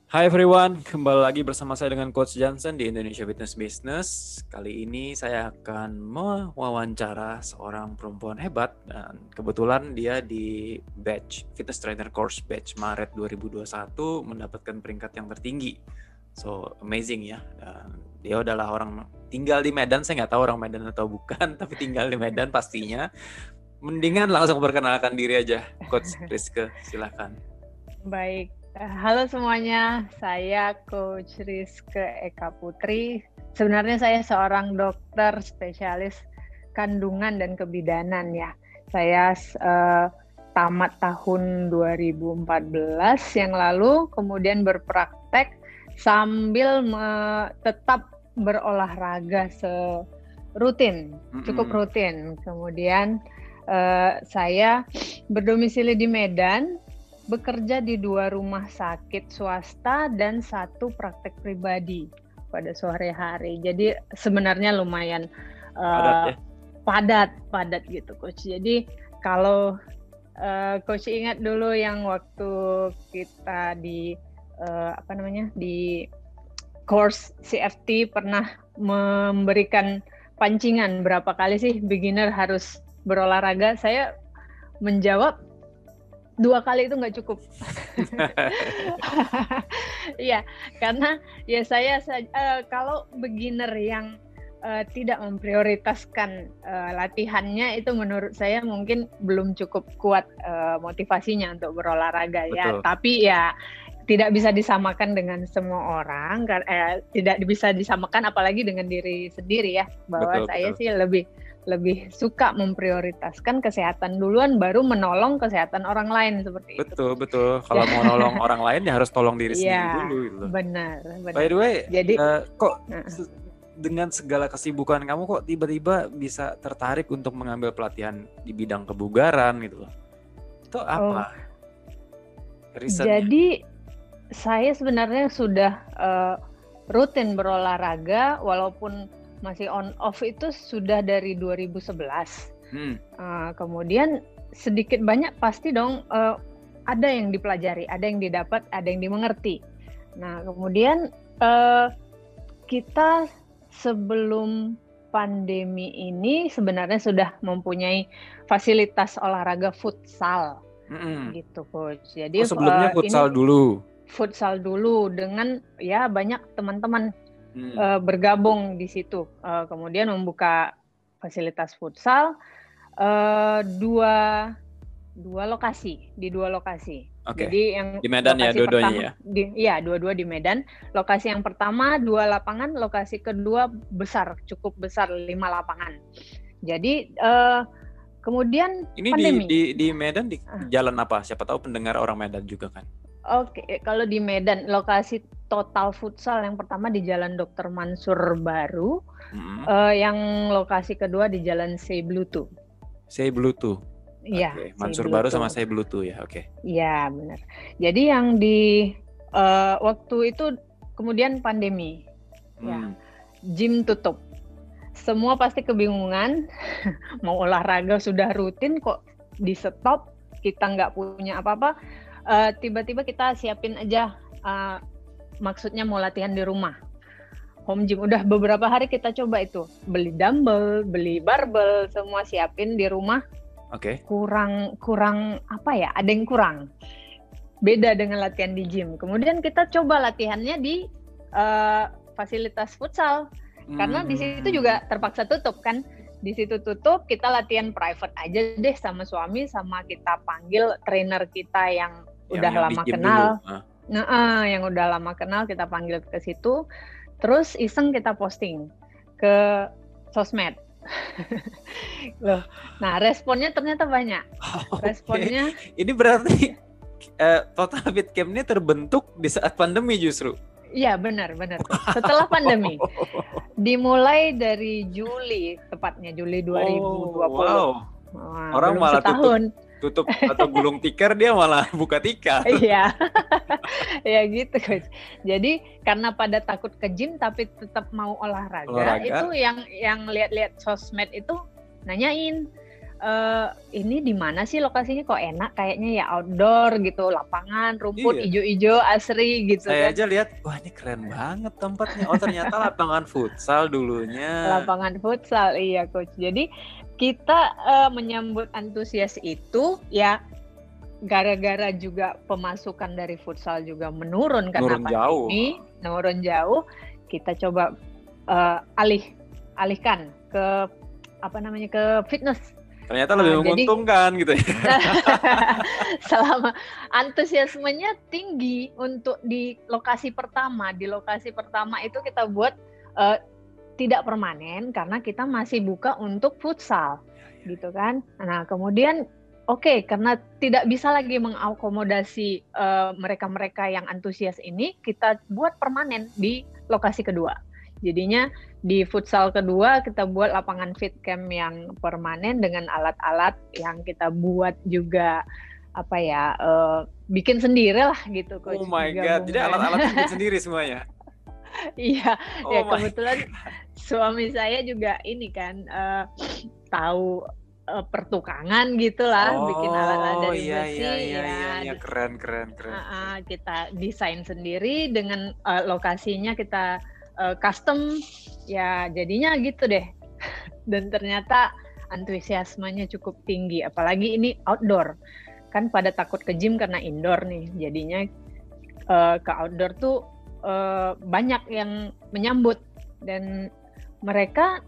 Hai everyone, kembali lagi bersama saya dengan Coach Johnson di Indonesia Fitness Business. Kali ini saya akan mewawancara seorang perempuan hebat dan kebetulan dia di batch Fitness Trainer Course batch Maret 2021 mendapatkan peringkat yang tertinggi. So amazing ya. Dan dia adalah orang tinggal di Medan, saya nggak tahu orang Medan atau bukan, tapi tinggal di Medan pastinya. Mendingan langsung perkenalkan diri aja, Coach Rizke, silakan. Baik, halo semuanya, saya Coach Rizke Eka Putri. Sebenarnya saya seorang dokter spesialis kandungan dan kebidanan ya. Saya tamat tahun 2014 yang lalu, kemudian berpraktek sambil tetap berolahraga rutin, cukup rutin. Kemudian saya berdomisili di Medan, bekerja di 2 rumah sakit swasta dan 1 praktek pribadi pada sore hari. Jadi sebenarnya lumayan padat gitu, Coach. Jadi kalau Coach ingat dulu yang waktu kita di di course CFT pernah memberikan pancingan berapa kali sih beginner harus berolahraga? Saya menjawab 2 kali itu nggak cukup. Iya, karena ya saya kalau beginner yang tidak memprioritaskan latihannya itu menurut saya mungkin belum cukup kuat motivasinya untuk berolahraga. Betul. Ya. Tapi ya tidak bisa disamakan dengan semua orang, tidak bisa disamakan apalagi dengan diri sendiri ya. Bahwa saya sih lebih suka memprioritaskan kesehatan duluan baru menolong kesehatan orang lain seperti itu. Betul. Kalau mau nolong orang lain ya harus tolong diri sendiri dulu gitu. Benar. By the way, jadi kok dengan segala kesibukan kamu kok tiba-tiba bisa tertarik untuk mengambil pelatihan di bidang kebugaran gitu loh. Itu apa? Jadi saya sebenarnya sudah rutin berolahraga walaupun masih on off itu sudah dari 2011. Kemudian sedikit banyak pasti dong ada yang dipelajari, ada yang didapat, ada yang dimengerti. Nah kemudian kita sebelum pandemi ini sebenarnya sudah mempunyai fasilitas olahraga futsal, gitu Coach. Jadi sebelumnya futsal dulu. Futsal dulu dengan ya banyak teman-teman bergabung di situ, kemudian membuka fasilitas futsal dua lokasi di 2 lokasi. Okay. Jadi yang di Medan ya dua-duanya ya? Dua-dua di Medan. Lokasi yang pertama 2 lapangan, lokasi kedua cukup besar 5 lapangan. Jadi kemudian ini pandemi. di Medan di jalan apa? Siapa tahu pendengar orang Medan juga kan. Oke, kalau di Medan lokasi total futsal yang pertama di Jalan Dr. Mansur Baru, yang lokasi kedua di Jalan Seiblutu. Iya. Okay. Mansur Baru sama Seiblutu ya, oke. Iya benar. Jadi yang di waktu itu kemudian pandemi, ya, gym tutup. Semua pasti kebingungan, mau olahraga sudah rutin kok di stop, kita nggak punya apa-apa. Tiba-tiba kita siapin aja, maksudnya mau latihan di rumah, home gym. Udah beberapa hari kita coba itu, beli dumbbell, beli barbel, semua siapin di rumah. Oke. Kurang apa ya? Ada yang kurang. Beda dengan latihan di gym. Kemudian kita coba latihannya di fasilitas futsal, karena di situ juga terpaksa tutup kan. Di situ tutup, kita latihan private aja deh sama suami, sama kita panggil trainer kita yang udah lama kenal. Yang udah lama kenal kita panggil ke situ, terus iseng kita posting ke sosmed. Loh, nah responnya ternyata banyak. Responnya ini berarti Total Fit Camp ini terbentuk di saat pandemi justru. Iya benar. Setelah pandemi, dimulai dari Juli, tepatnya Juli 2020. Wow. Orang malah tutup atau gulung tikar, dia malah buka tikar. Iya, ya gitu Coach. Jadi karena pada takut ke gym tapi tetap mau olahraga. Itu yang lihat-lihat sosmed itu nanyain, ini di mana sih lokasinya kok enak kayaknya ya, outdoor gitu, lapangan, rumput, Iya. ijo-ijo, asri gitu Saya kan. aja lihat, wah ini keren banget tempatnya. Oh ternyata lapangan futsal dulunya. Lapangan futsal, iya coach. Jadi kita menyambut antusias itu ya gara-gara juga pemasukan dari futsal juga menurun karena Nurun jauh. pandemi, nurun jauh. Kita coba alihkan ke ke fitness. Ternyata lebih menguntungkan gitu ya. Selama antusiasmenya tinggi untuk di lokasi pertama. Di lokasi pertama itu kita buat tidak permanen karena kita masih buka untuk futsal, gitu kan. Nah kemudian karena tidak bisa lagi mengakomodasi mereka-mereka yang antusias ini, kita buat permanen di lokasi kedua. Jadinya di futsal kedua kita buat lapangan fit camp yang permanen dengan alat-alat yang kita buat juga bikin sendiri lah gitu coach. Oh my god, jadi alat-alat bikin sendiri semuanya. Iya, ya kebetulan suami saya juga ini kan tahu pertukangan gitulah, bikin alat-alat dari besi. Iya, keren. Kita desain sendiri dengan lokasinya kita custom, ya jadinya gitu deh. Dan ternyata antusiasmenya cukup tinggi, apalagi ini outdoor. Kan pada takut ke gym karena indoor nih, jadinya ke outdoor tuh banyak yang menyambut dan mereka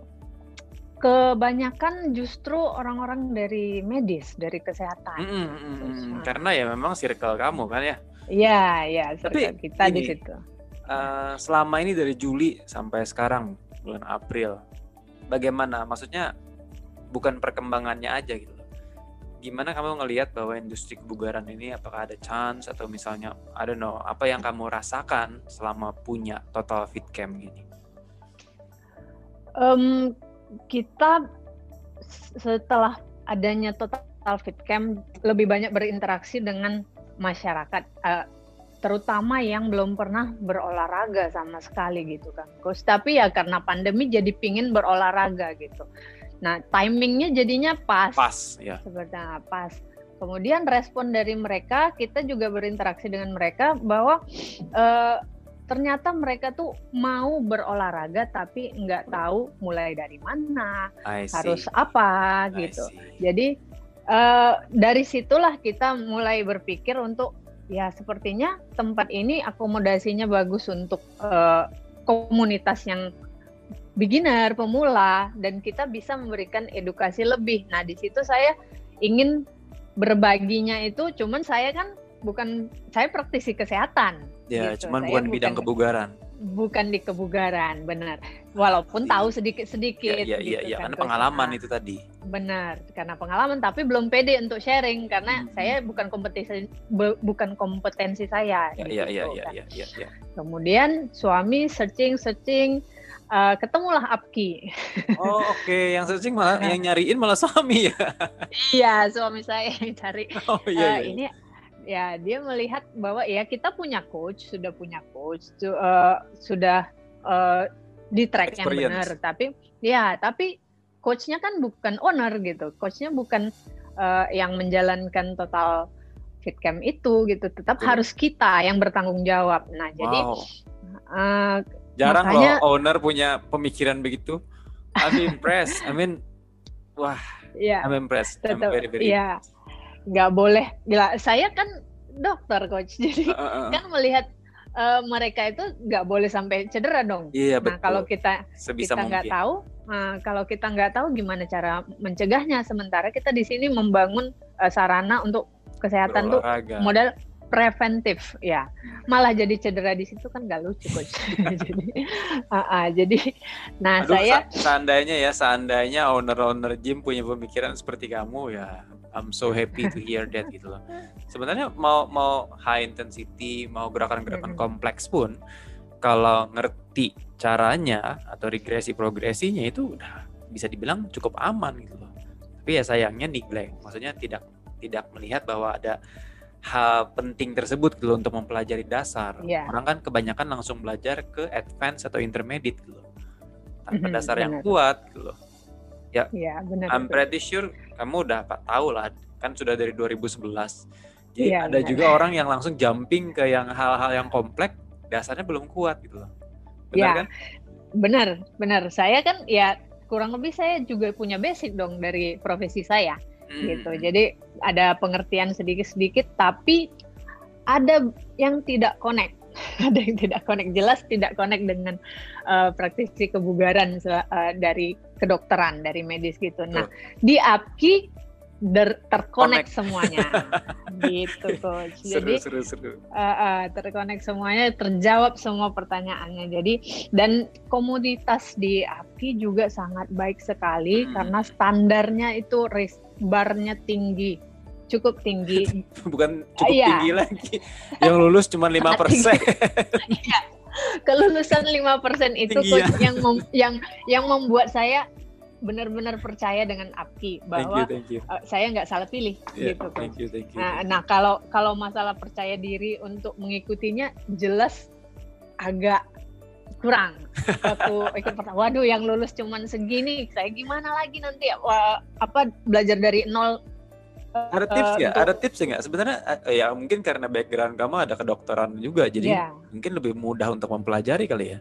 kebanyakan justru orang-orang dari medis, dari kesehatan. Karena ya memang circle kamu kan ya. Iya, circle kita di situ. Selama ini dari Juli sampai sekarang bulan April, bagaimana? Maksudnya bukan perkembangannya aja gitu. Gimana kamu ngelihat bahwa industri kebugaran ini apakah ada chance atau misalnya I don't know, apa yang kamu rasakan selama punya Total Fit Camp gini? Kita setelah adanya Total Fit Camp lebih banyak berinteraksi dengan masyarakat, terutama yang belum pernah berolahraga sama sekali gitu kan Coach. Tapi ya karena pandemi jadi pingin berolahraga gitu. Nah, timingnya jadinya pas ya. Sebenarnya pas. Kemudian respon dari mereka, kita juga berinteraksi dengan mereka bahwa ternyata mereka tuh mau berolahraga tapi nggak tahu mulai dari mana, harus apa gitu. Jadi dari situlah kita mulai berpikir untuk ya sepertinya tempat ini akomodasinya bagus untuk komunitas yang beginner, pemula, dan kita bisa memberikan edukasi lebih. Nah, di situ saya ingin berbaginya itu, cuman saya kan saya praktisi kesehatan. Ya, gitu. Cuman bukan bidang kebugaran. Bukan di kebugaran, benar. Walaupun tahu sedikit-sedikit. Iya, karena pengalaman itu tadi. Benar, karena pengalaman, tapi belum pede untuk sharing karena saya bukan kompetensi saya. Iya. Kemudian suami searching. Ketemulah Apki. Oh oke. Yang searching malah yang nyariin malah suami ya? Iya, suami saya yang cari. Oh iya. Ini ya dia melihat bahwa ya kita sudah punya coach, sudah di track yang benar. Tapi coachnya kan bukan owner gitu. Coachnya bukan yang menjalankan Total Fit Camp itu gitu. Tetap harus kita yang bertanggung jawab. Nah jadi jarang makanya, loh owner punya pemikiran begitu. I'm impressed. I'm impressed. I'm very impressed. Nggak boleh. Gila, saya kan dokter coach, jadi kan melihat mereka itu nggak boleh sampai cedera dong. Iya, nah betul. Kalau kita nggak tahu gimana cara mencegahnya. Sementara kita di sini membangun sarana untuk kesehatan berolahraga. Tuh modal preventif ya, malah jadi cedera di situ kan nggak lucu coach. Seandainya owner gym punya pemikiran seperti kamu ya, I'm so happy to hear that gitu loh. Sebenarnya mau high intensity, mau gerakan-gerakan kompleks pun, kalau ngerti caranya atau regresi progresinya itu udah bisa dibilang cukup aman gitu loh. Tapi ya sayangnya neglect, maksudnya tidak melihat bahwa ada hal penting tersebut gitu loh, untuk mempelajari dasar. Orang kan kebanyakan langsung belajar ke advance atau intermediate gitu loh, tanpa dasar yang kuat gitu loh. Ya, Iya, benar I'm itu. pretty sure kamu udah tahu lah, kan sudah dari 2011. Jadi Iya, ada benar. juga orang yang langsung jumping ke yang hal-hal yang kompleks, dasarnya belum kuat gitu loh. Benar kan? Ya, benar. Saya kan ya kurang lebih saya juga punya basic dong dari profesi saya gitu. Hmm. Jadi ada pengertian sedikit-sedikit, tapi ada yang tidak connect. Ada yang tidak connect, jelas tidak connect dengan praktisi kebugaran dari kedokteran, dari medis gitu. Nah, di APKI terkonek semuanya, gitu coach. Jadi seru. terkonek semuanya, terjawab semua pertanyaannya. Jadi dan komunitas di APKI juga sangat baik sekali karena standarnya itu barnya tinggi. Cukup tinggi. Bukan cukup tinggi lagi. Yang lulus cuma 5%. Iya. Kelulusan 5% itu coach yang membuat saya benar-benar percaya dengan APKI bahwa thank you. Saya nggak salah pilih gitu. Thank you. Nah, kalau masalah percaya diri untuk mengikutinya jelas agak kurang. Waktu ikut pertama, waduh yang lulus cuman segini, saya gimana lagi nanti belajar dari nol. Ada tips nggak? Ada tips nggak? Sebenarnya ya mungkin karena background kamu ada kedokteran juga, jadi mungkin lebih mudah untuk mempelajari kali ya.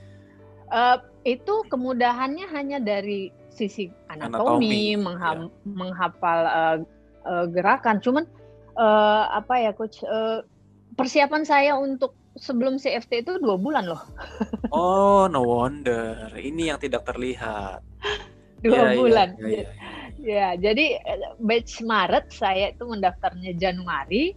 Itu kemudahannya hanya dari sisi anatomi. Menghafal gerakan. Cuman coach, persiapan saya untuk sebelum CFT itu 2 bulan loh. Oh, no wonder. Ini yang tidak terlihat. 2 bulan. Ya, jadi batch Maret saya itu mendaftarnya Januari,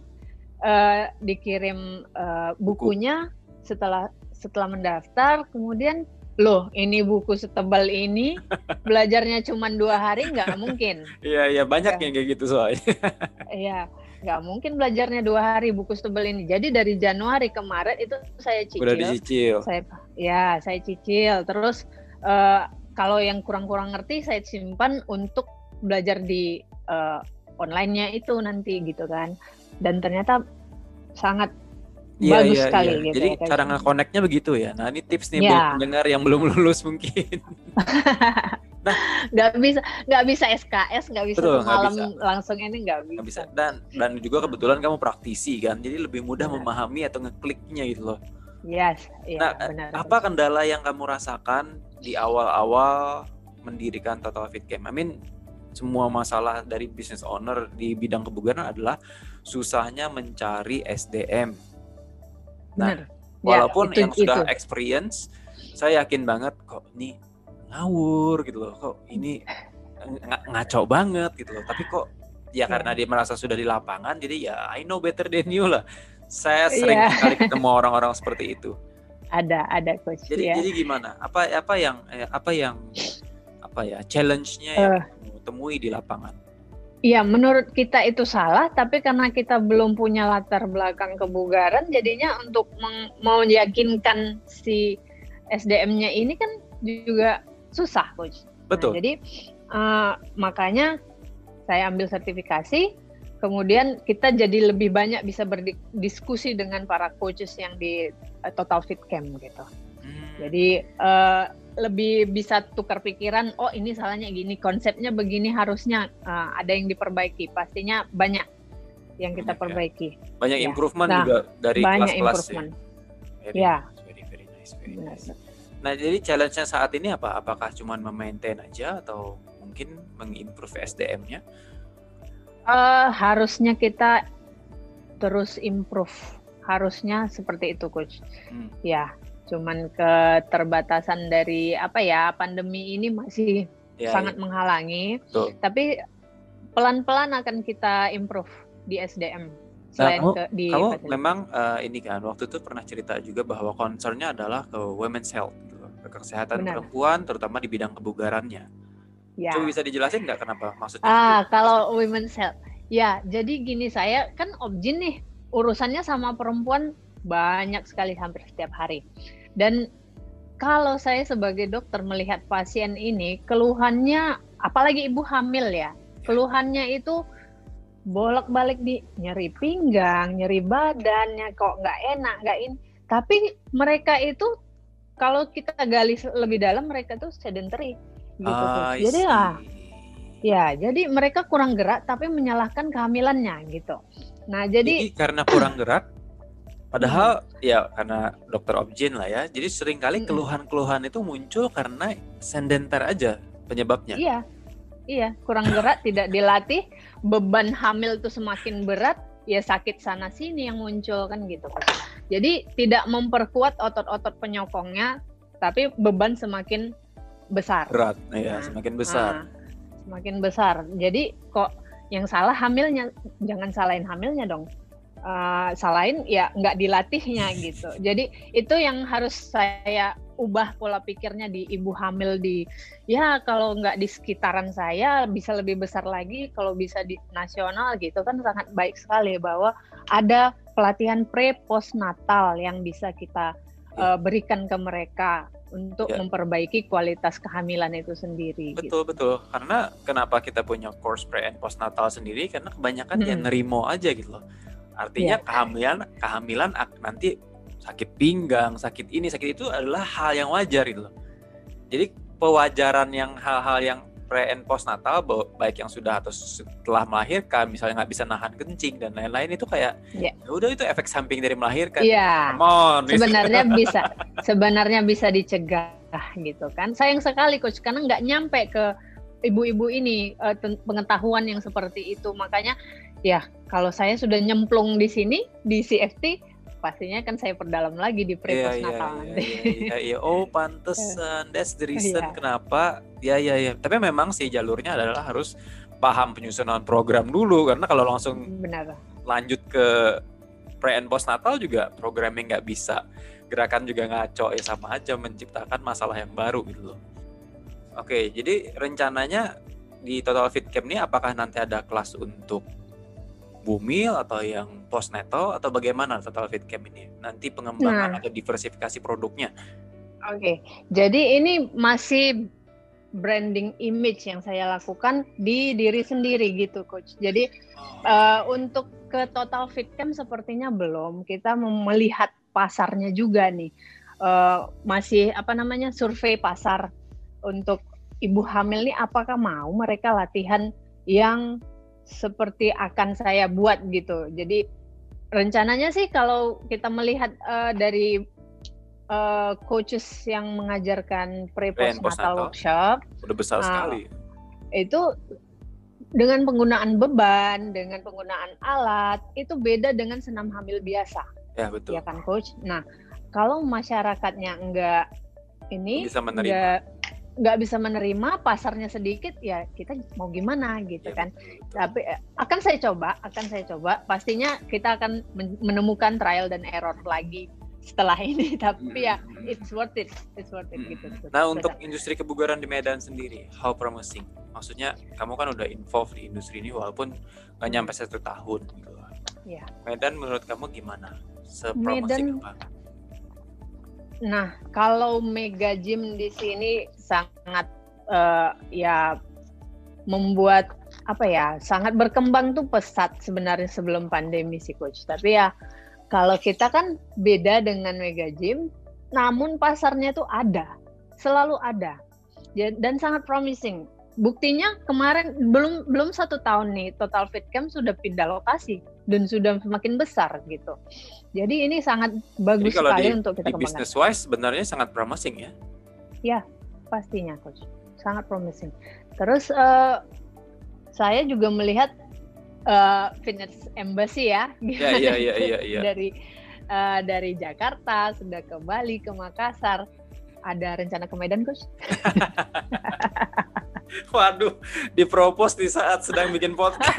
dikirim bukunya setelah mendaftar, kemudian loh ini buku setebal ini, belajarnya cuma 2 hari nggak mungkin. Iya banyak yang kayak gitu soalnya. Iya, nggak mungkin belajarnya 2 hari buku setebal ini. Jadi dari Januari ke Maret itu saya cicil. Udah dicicil. Saya cicil. Terus kalau yang kurang-kurang ngerti saya simpan untuk belajar di online-nya itu nanti gitu kan. Dan ternyata sangat bagus sekali gitu. Jadi cara nge-connect-nya begitu ya. Nah, ini tips nih buat pendengar yang belum lulus mungkin. Nah, nggak bisa SKS, nggak bisa semalam langsung ini nggak bisa. Dan juga kebetulan kamu praktisi kan, jadi lebih mudah memahami atau ngekliknya gitu loh. Yes, nah, benar. Apa kendala yang kamu rasakan di awal-awal mendirikan Total Fit Camp? I mean, semua masalah dari business owner di bidang kebugaran adalah susahnya mencari SDM. Nah, walaupun yang sudah experience, saya yakin banget kok ini ngawur gitu loh, kok ini ngaco banget gitu loh. Tapi kok karena dia merasa sudah di lapangan, jadi ya I know better than you lah. Saya sering sekali ketemu orang-orang seperti itu. Ada coach. Jadi gimana? Apa yang challenge-nya yang kamu temui di lapangan? Iya, menurut kita itu salah, tapi karena kita belum punya latar belakang kebugaran, jadinya untuk mau meyakinkan si SDM-nya ini kan juga susah, coach. Betul. Nah, jadi makanya saya ambil sertifikasi, kemudian kita jadi lebih banyak bisa berdiskusi dengan para coaches yang di Total Fit Camp gitu. Jadi lebih bisa tukar pikiran, oh ini salahnya gini, konsepnya begini, harusnya ada yang diperbaiki, pastinya banyak yang kita perbaiki. Banyak improvement juga dari kelas-kelas ya. Very nice. Nah, jadi challenge-nya saat ini apa? Apakah cuma memaintain aja atau mungkin mengimprove SDM-nya? Harusnya kita terus improve, harusnya seperti itu coach. Ya. Cuman keterbatasan dari pandemi ini masih sangat menghalangi. Betul. Tapi pelan-pelan akan kita improve di SDM. Selain kamu memang ini kan waktu itu pernah cerita juga bahwa concernnya adalah ke women's health, gitu, ke kesehatan perempuan, terutama di bidang kebugarannya. Ya. Coba bisa dijelasin nggak kenapa maksudnya? Kalau women's health, ya jadi gini, saya kan objin nih, urusannya sama perempuan banyak sekali hampir setiap hari. Dan kalau saya sebagai dokter melihat pasien ini, keluhannya, apalagi ibu hamil ya, keluhannya itu bolak-balik di nyeri pinggang, nyeri badannya, kok nggak enak, nggak ini. Tapi mereka itu, kalau kita gali lebih dalam, mereka tuh sedentary. gitu coach. I Jadi see. jadi mereka kurang gerak tapi menyalahkan kehamilannya gitu. Nah, Jadi karena kurang gerak, padahal mm, ya karena dokter obgyn lah ya. Jadi seringkali mm-mm. keluhan-keluhan itu muncul karena sedenter aja penyebabnya. Iya, kurang gerak, tidak dilatih, beban hamil tuh semakin berat, ya sakit sana sini yang muncul kan gitu. Jadi tidak memperkuat otot-otot penyokongnya, tapi beban semakin besar. Berat, ya semakin besar. Semakin besar. Jadi kok yang salah hamilnya, jangan salahin hamilnya dong. Salahin ya nggak dilatihnya gitu. Jadi itu yang harus saya ubah pola pikirnya di ibu hamil kalau nggak di sekitaran saya bisa lebih besar lagi, kalau bisa di nasional gitu kan sangat baik sekali bahwa ada pelatihan pre postnatal yang bisa kita berikan ke mereka untuk memperbaiki kualitas kehamilan itu sendiri. Betul. Karena kenapa kita punya course pre and postnatal sendiri, karena kebanyakan ya nerimo aja gitu loh. Artinya kehamilan nanti sakit pinggang, sakit ini, sakit itu adalah hal yang wajar gitu loh. Jadi pewajaran yang hal-hal yang pre and postnatal, baik yang sudah atau setelah melahirkan, misalnya nggak bisa nahan kencing dan lain-lain, itu kayak ya udah itu efek samping dari melahirkan. Iya. Sebenarnya bisa dicegah gitu kan. Sayang sekali coach karena nggak nyampe ke ibu-ibu ini pengetahuan yang seperti itu. Makanya ya kalau saya sudah nyemplung di sini di CFT, pastinya kan saya perdalam lagi di pre-postnatal nanti. Iya. Oh, pantesan. That's the reason kenapa. Ya. Tapi memang sih jalurnya adalah harus paham penyusunan program dulu, karena kalau langsung lanjut ke pre and postnatal juga programming nggak bisa, gerakan juga ngaco, ya sama aja menciptakan masalah yang baru gitu loh. Oke, jadi rencananya di Total Fit Camp ini apakah nanti ada kelas untuk bumil atau yang postnatal atau bagaimana Total Fit Camp ini? Nanti pengembangan atau diversifikasi produknya? Oke, jadi ini masih branding image yang saya lakukan di diri sendiri gitu coach. Jadi untuk ke Total Fit Camp sepertinya belum. Kita melihat pasarnya juga nih. Masih survei pasar untuk ibu hamil nih, apakah mau mereka latihan yang seperti akan saya buat gitu. Jadi rencananya sih kalau kita melihat dari coaches yang mengajarkan pre-postnatal workshop, udah besar sekali. Itu dengan penggunaan beban, dengan penggunaan alat, itu beda dengan senam hamil biasa. Ya betul. Ya kan coach. Nah kalau masyarakatnya nggak bisa menerima, pasarnya sedikit, ya kita mau gimana gitu ya, kan. Betul. Tapi akan saya coba. Pastinya kita akan menemukan trial dan error lagi setelah ini. Tapi ya it's worth it gitu. Nah untuk industri kebugaran di Medan sendiri, how promising? Maksudnya kamu kan udah involved di industri ini walaupun nggak nyampe 1 tahun gitu. Ya. Medan menurut kamu gimana? Sepromising apa? Nah, kalau Mega Gym di sini sangat membuat sangat berkembang tuh pesat sebenarnya sebelum pandemi sih coach. Tapi ya kalau kita kan beda dengan Mega Gym, namun pasarnya tuh selalu ada, dan sangat promising. Buktinya kemarin belum 1 tahun nih Total Fit Camp sudah pindah lokasi dan sudah semakin besar gitu. Jadi ini sangat bagus sekali untuk kita kembangkan. Business wise sebenarnya sangat promising ya? Ya, pastinya coach. Sangat promising. Terus saya juga melihat Fitness Embassy ya. Iya. Dari Jakarta sudah ke Bali, ke Makassar. Ada rencana ke Medan coach? Waduh, dipropose di saat sedang bikin podcast.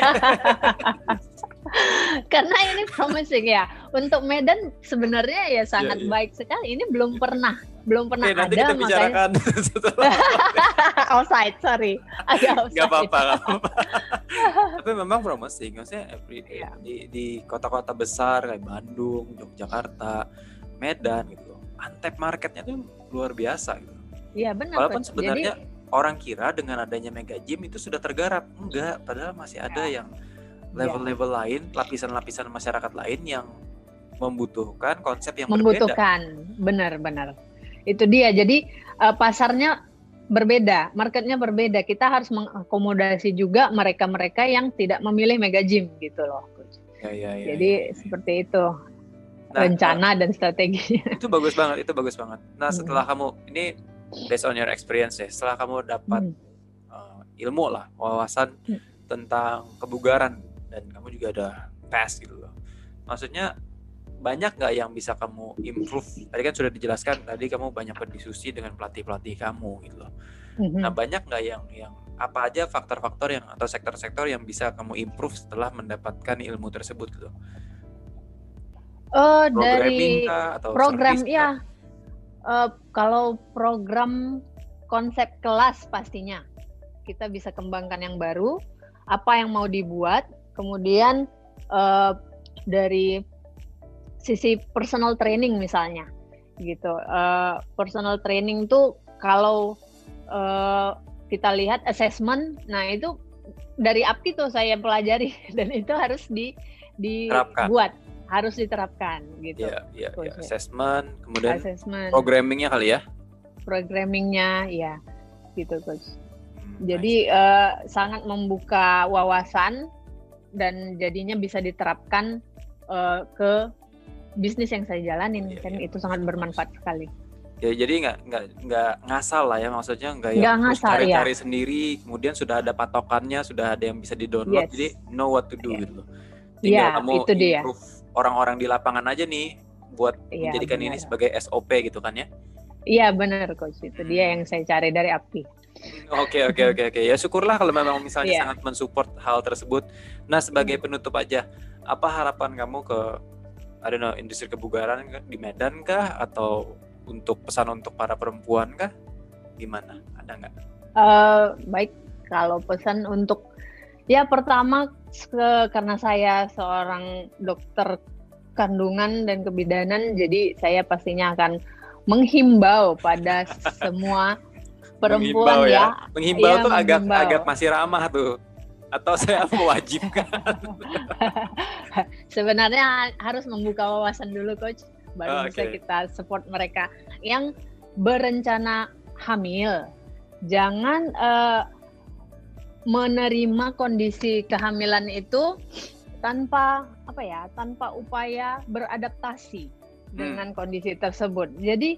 Karena ini promising ya. Untuk Medan sebenarnya ya sangat baik sekali. Ini belum pernah ada, nanti kita bicarakan setelah outside, sorry. Agak outside. Gak apa-apa. Tapi memang promising. Maksudnya di kota-kota besar kayak Bandung, Yogyakarta, Medan gitu. Untapped marketnya tuh luar biasa gitu. Iya benar. Walaupun sebenarnya orang kira dengan adanya Mega Gym itu sudah tergarap. Enggak, padahal masih ada yang level-level lain, lapisan-lapisan masyarakat lain yang membutuhkan konsep yang berbeda. Benar. Itu dia. Jadi pasarnya berbeda, marketnya berbeda. Kita harus mengakomodasi juga mereka-mereka yang tidak memilih mega gym gitu loh, Coach. Jadi seperti itu rencana dan strategi. Itu bagus banget, itu bagus banget. Nah, setelah kamu ini based on your experience ya, setelah kamu dapat ilmu lah, wawasan tentang kebugaran dan kamu juga ada tes gitu loh. Maksudnya banyak nggak yang bisa kamu improve? Tadi kan sudah dijelaskan, tadi kamu banyak berdiskusi dengan pelatih-pelatih kamu gitu loh. Nah, banyak nggak yang apa aja faktor-faktor yang atau sektor-sektor yang bisa kamu improve setelah mendapatkan ilmu tersebut gitu? Dari atau program ya. Kalau program konsep kelas pastinya kita bisa kembangkan yang baru, apa yang mau dibuat, kemudian dari sisi personal training misalnya gitu. Personal training tuh kalau kita lihat assessment, nah itu dari APTI tuh saya pelajari dan itu harus dibuat, harus diterapkan gitu. Iya. Assessment, kemudian programmingnya kali ya? Programmingnya ya, gitu Coach. Jadi sangat membuka wawasan dan jadinya bisa diterapkan ke bisnis yang saya jalanin, kan itu sangat bermanfaat sekali. Ya, jadi nggak ngasal lah ya, maksudnya nggak harus cari-cari sendiri, kemudian sudah ada patokannya, sudah ada yang bisa di-download, jadi know what to do gitu loh. Tinggal kamu improve orang-orang di lapangan aja nih buat menjadikan ini sebagai SOP gitu kan ya? Iya benar Coach, itu dia yang saya cari dari APTI. Oke. Ya syukurlah kalau memang misalnya sangat mensupport hal tersebut. Nah, sebagai penutup aja, apa harapan kamu ke industri kebugaran di Medan kah, atau untuk pesan untuk para perempuan kah? Gimana? Ada nggak? Baik, kalau pesan untuk pertama karena saya seorang dokter kandungan dan kebidanan, jadi saya pastinya akan menghimbau pada semua perempuan Menghimbau tuh agak masih ramah tuh. Atau saya mewajibkan? Sebenarnya harus membuka wawasan dulu Coach, baru bisa kita support mereka yang berencana hamil. Jangan menerima kondisi kehamilan itu tanpa upaya beradaptasi dengan kondisi tersebut. Jadi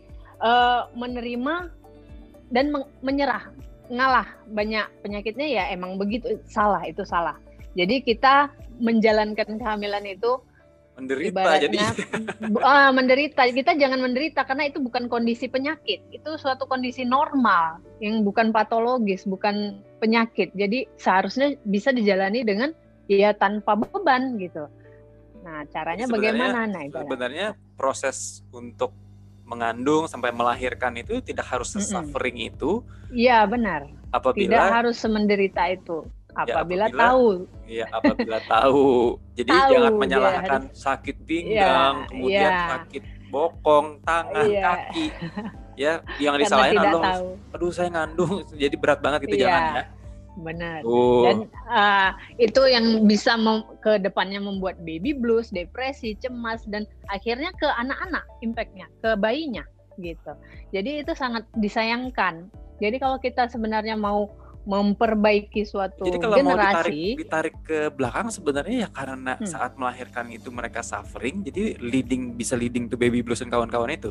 menerima dan menyerah, ngalah. Banyak penyakitnya ya emang begitu, itu salah. Jadi kita menjalankan kehamilan itu menderita, jadi menderita. Kita jangan menderita karena itu bukan kondisi penyakit, itu suatu kondisi normal yang bukan patologis, bukan penyakit. Jadi seharusnya bisa dijalani dengan tanpa beban gitu. Nah, caranya bagaimana? Sebenarnya proses untuk mengandung sampai melahirkan itu tidak harus suffering itu. Iya, benar. Tidak harus semenderita itu. Apabila tahu. Iya, apabila tahu. Jadi jangan menyalahkan sakit pinggang, kemudian sakit bokong, tangan, kaki. Ya, yang disalahin aduh saya ngandung jadi berat banget itu, jangan ya. Benar. Dan itu yang bisa ke depannya membuat baby blues, depresi, cemas, dan akhirnya ke anak-anak impactnya, ke bayinya gitu. Jadi itu sangat disayangkan. Jadi kalau kita sebenarnya mau memperbaiki suatu generasi. Jadi kalau mau ditarik ke belakang sebenarnya ya karena saat melahirkan itu mereka suffering, jadi bisa leading to baby blues dan kawan-kawan itu.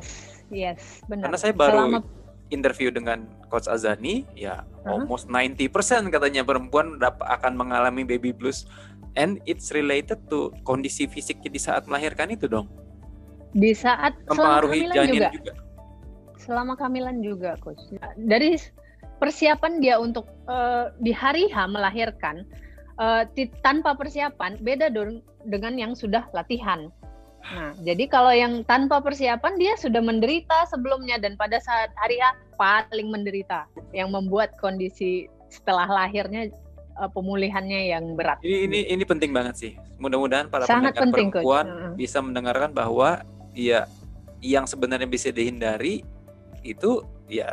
Yes, benar. Karena saya baru interview dengan Coach Azani, almost 90% katanya perempuan akan mengalami baby blues, and it's related to kondisi fisiknya di saat melahirkan itu dong. Di saat mempengaruhi janin juga. Selama kehamilan juga, Coach. Dari persiapan dia untuk di hari H melahirkan, tanpa persiapan beda dong dengan yang sudah latihan. Nah, jadi kalau yang tanpa persiapan dia sudah menderita sebelumnya, dan pada saat hari H paling menderita, yang membuat kondisi setelah lahirnya pemulihannya yang berat. Ini penting banget sih. Mudah-mudahan para pendengar perempuan bisa mendengarkan bahwa yang sebenarnya bisa dihindari itu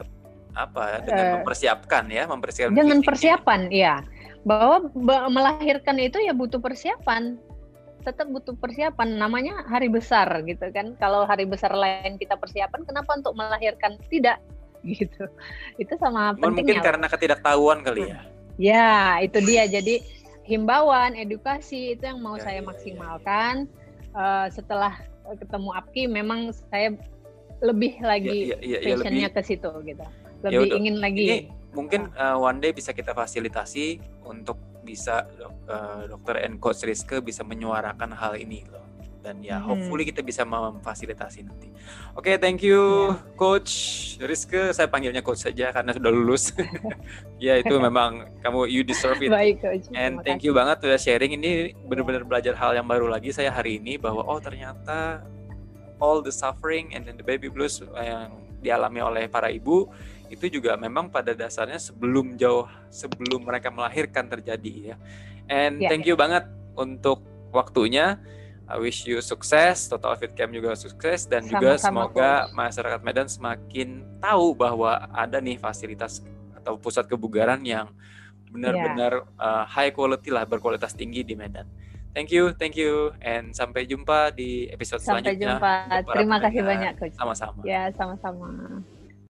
dengan mempersiapkan dengan persiapan bahwa melahirkan itu butuh persiapan. Tetap butuh persiapan, namanya hari besar gitu kan. Kalau hari besar lain kita persiapan, kenapa untuk melahirkan tidak? gitu. Itu sama Cuman mungkin pentingnya. karena ketidaktahuan kali ya. Ya, itu dia. Jadi himbauan, edukasi itu yang mau Ya, saya ya, maksimalkan. Setelah ketemu Apki, memang saya lebih lagi passionnya ke situ gitu. Lebih ingin lagi. Ini mungkin one day bisa kita fasilitasi untuk bisa Dr. and Coach Rizke bisa menyuarakan hal ini loh. Dan ya hopefully kita bisa memfasilitasi nanti. Oke, thank you Coach Rizke. Saya panggilnya Coach saja karena sudah lulus. Ya itu memang you deserve it. Baik, Coach. And thank you banget sudah sharing. Ini benar-benar belajar hal yang baru lagi saya hari ini, bahwa ternyata all the suffering and then the baby blues yang dialami oleh para ibu itu juga memang pada dasarnya sebelum mereka melahirkan terjadi ya. And thank you banget untuk waktunya. I wish you sukses, Total Fit Camp juga sukses, dan juga semoga masyarakat Medan semakin tahu bahwa ada nih fasilitas atau pusat kebugaran yang benar-benar high quality lah, berkualitas tinggi di Medan. Thank you, and sampai jumpa di episode selanjutnya. Sampai jumpa. Terima kasih banyak, Coach. Sama-sama. Ya, sama-sama.